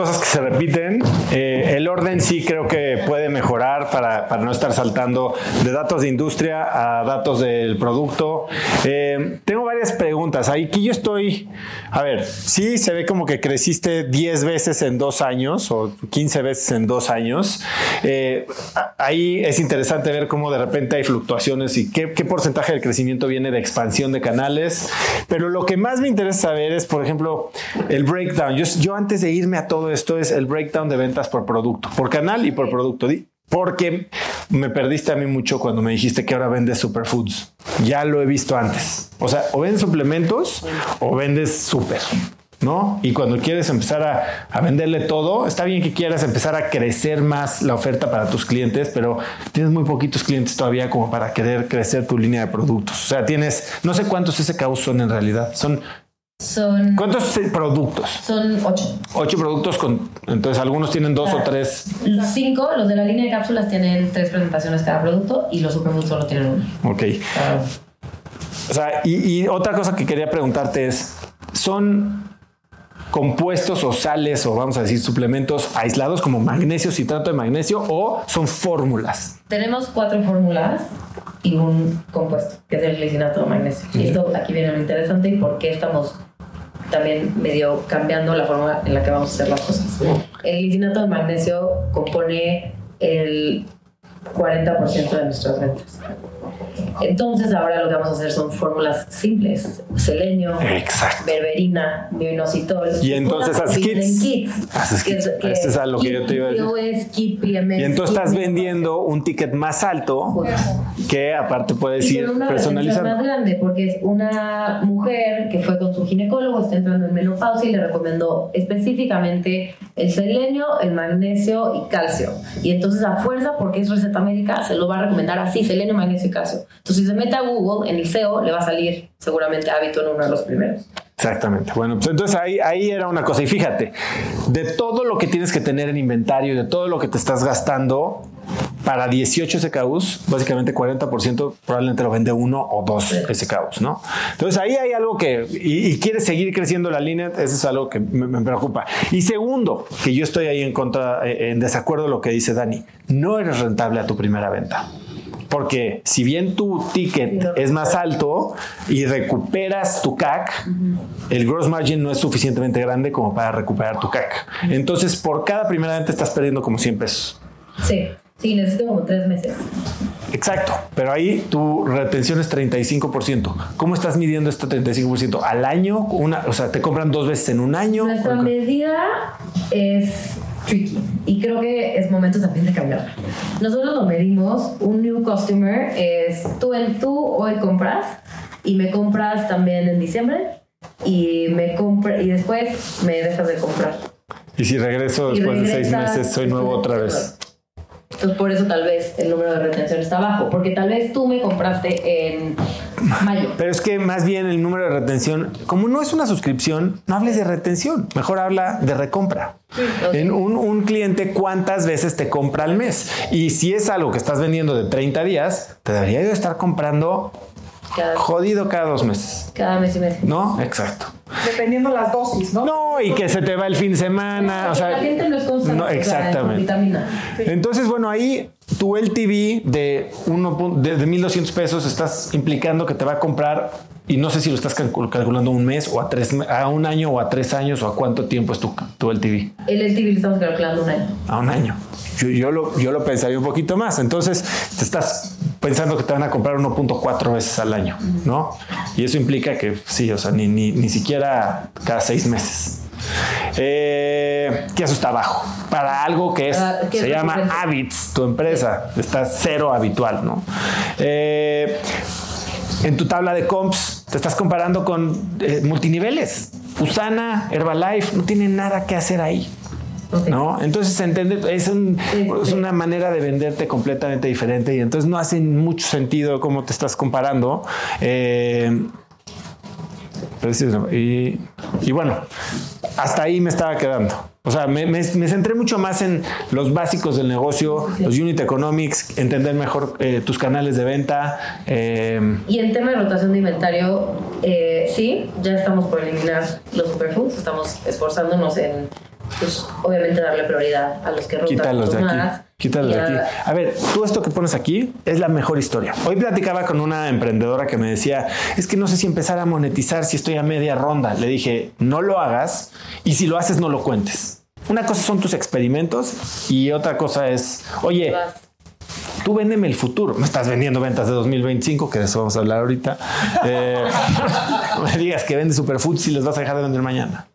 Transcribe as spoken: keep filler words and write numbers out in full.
cosas que se repiten. Eh, el orden sí creo que puede mejorar para, para no estar saltando de datos de industria a datos del producto. Eh, tengo varias preguntas. Aquí yo estoy, a ver, sí se ve como que creciste diez veces en dos años o quince veces en dos años. Eh, ahí es interesante ver cómo de repente hay fluctuaciones y qué, qué porcentaje del crecimiento viene de expansión de canales. Pero lo que más me interesa saber es, por ejemplo, el breakdown. Yo, yo antes de irme a todo esto es el breakdown de ventas por producto, por canal y por producto. Porque me perdiste a mí mucho cuando me dijiste que ahora vendes superfoods. Ya lo he visto antes. O sea, o vendes suplementos o vendes super, ¿no? Y cuando quieres empezar a, a venderle todo, está bien que quieras empezar a crecer más la oferta para tus clientes, pero tienes muy poquitos clientes todavía como para querer crecer tu línea de productos. O sea, tienes, no sé cuántos S K Us son en realidad. Son Son... ¿Cuántos productos? Son ocho. Ocho productos, con, entonces algunos tienen dos ah, o tres. Los cinco, los de la línea de cápsulas tienen tres presentaciones cada producto y los superfoods solo tienen uno. Ok. Uh, o sea, y, y otra cosa que quería preguntarte es, ¿son compuestos o sales o vamos a decir suplementos aislados como magnesio, citrato de magnesio o son fórmulas? Tenemos cuatro fórmulas y un compuesto que es el glicinato de magnesio. Uh-huh. Y esto aquí viene lo interesante y por qué estamos también medio cambiando la forma en la que vamos a hacer las cosas. Uh-huh. El glicinato de magnesio compone el cuarenta por ciento de nuestras ventas. Entonces ahora lo que vamos a hacer son fórmulas simples: selenio, exacto, berberina, mioinositol. Y entonces haces kits. kits. Haces kits. Que, que este es a lo que yo te iba a decir. Es kit P M S, y entonces kit estás vendiendo un ticket más alto, justo, que aparte puedes ir personalizando. Más grande porque es una mujer que fue con su ginecólogo, está entrando en menopausia y le recomendó específicamente el selenio, el magnesio y calcio. Y entonces a fuerza, porque es receta médica, se lo va a recomendar así: selenio, magnesio y calcio. Entonces, si se mete a Google, en el S E O le va a salir seguramente Hábito en uno de los primeros. Exactamente. Bueno, pues entonces ahí, ahí era una cosa. Y fíjate, de todo lo que tienes que tener en inventario, de todo lo que te estás gastando, para dieciocho S K Us, básicamente cuarenta por ciento probablemente lo vende uno o dos sí. S K Us, ¿no? Entonces ahí hay algo que, y, y quieres seguir creciendo la línea, eso es algo que me, me preocupa. Y segundo, que yo estoy ahí en contra, en desacuerdo de lo que dice Dani, no eres rentable a tu primera venta. Porque si bien tu ticket es más alto y recuperas tu C A C, uh-huh, el gross margin no es suficientemente grande como para recuperar tu C A C. Entonces, por cada primera venta estás perdiendo como cien pesos. Sí, sí, necesito como tres meses. Exacto, pero ahí tu retención es treinta y cinco por ciento. ¿Cómo estás midiendo este treinta y cinco por ciento? ¿Al año? Una, o sea, ¿te compran dos veces en un año? Nuestra medida es tricky y creo que es momento también de cambiar. Nosotros lo medimos. Un new customer es tú, en, tú hoy compras y me compras también en diciembre y me compra y después me dejas de comprar. Y si regreso después de seis meses soy nuevo otra vez. Entonces por eso tal vez el número de retención está bajo, porque tal vez tú me compraste en mayo. Pero es que más bien el número de retención, como no es una suscripción, no hables de retención, mejor habla de recompra. Sí, okay. En un, un cliente, ¿cuántas veces te compra al mes? Y si es algo que estás vendiendo de treinta días, te debería de estar comprando cada, jodido cada dos meses. Cada mes y medio. ¿No? Exacto. Dependiendo las dosis, ¿no? No, y que se te va el fin de semana. Sí, o sea, la gente no es constante. No, exactamente. O sea, vitamina. Sí. Entonces, bueno, ahí tu L T V de, uno, de, de mil doscientos pesos estás implicando que te va a comprar, y no sé si lo estás calculando un mes o a tres, a un año o a tres años o a cuánto tiempo es tu, tu L T V. El L T V lo estamos calculando un año. A un año. Yo, yo, lo, yo lo pensaría un poquito más. Entonces, te estás pensando que te van a comprar uno punto cuatro veces al año, ¿no? Y eso implica que sí, o sea, ni, ni, ni siquiera cada seis meses. Eh, que eso está bajo. Para algo que es, uh, se llama es Habits, tu empresa. Sí. Está cero habitual, ¿no? Eh, en tu tabla de comps te estás comparando con eh, multiniveles. Usana, Herbalife, no tienen nada que hacer ahí. Okay. ¿No? Entonces entender, es, un, sí, es sí. una manera de venderte completamente diferente y entonces no hace mucho sentido cómo te estás comparando. Eh, y, y bueno, hasta ahí me estaba quedando. O sea, me, me, me centré mucho más en los básicos del negocio, sí, sí. los unit economics, entender mejor eh, tus canales de venta. Eh, y en tema de rotación de inventario, eh, sí, ya estamos por eliminar los superfoods, estamos esforzándonos en pues obviamente darle prioridad a los que rotan Quítalos de aquí. más. Quítalos de aquí. A ver, tú esto que pones aquí es la mejor historia. Hoy platicaba con una emprendedora que me decía, es que no sé si empezar a monetizar si estoy a media ronda. Le dije, no lo hagas y si lo haces no lo cuentes. Una cosa son tus experimentos y otra cosa es, oye, tú véndeme el futuro. Me estás vendiendo ventas de dos mil veinticinco, que de eso vamos a hablar ahorita. Eh, no me digas que vende Superfoods y les vas a dejar de vender mañana.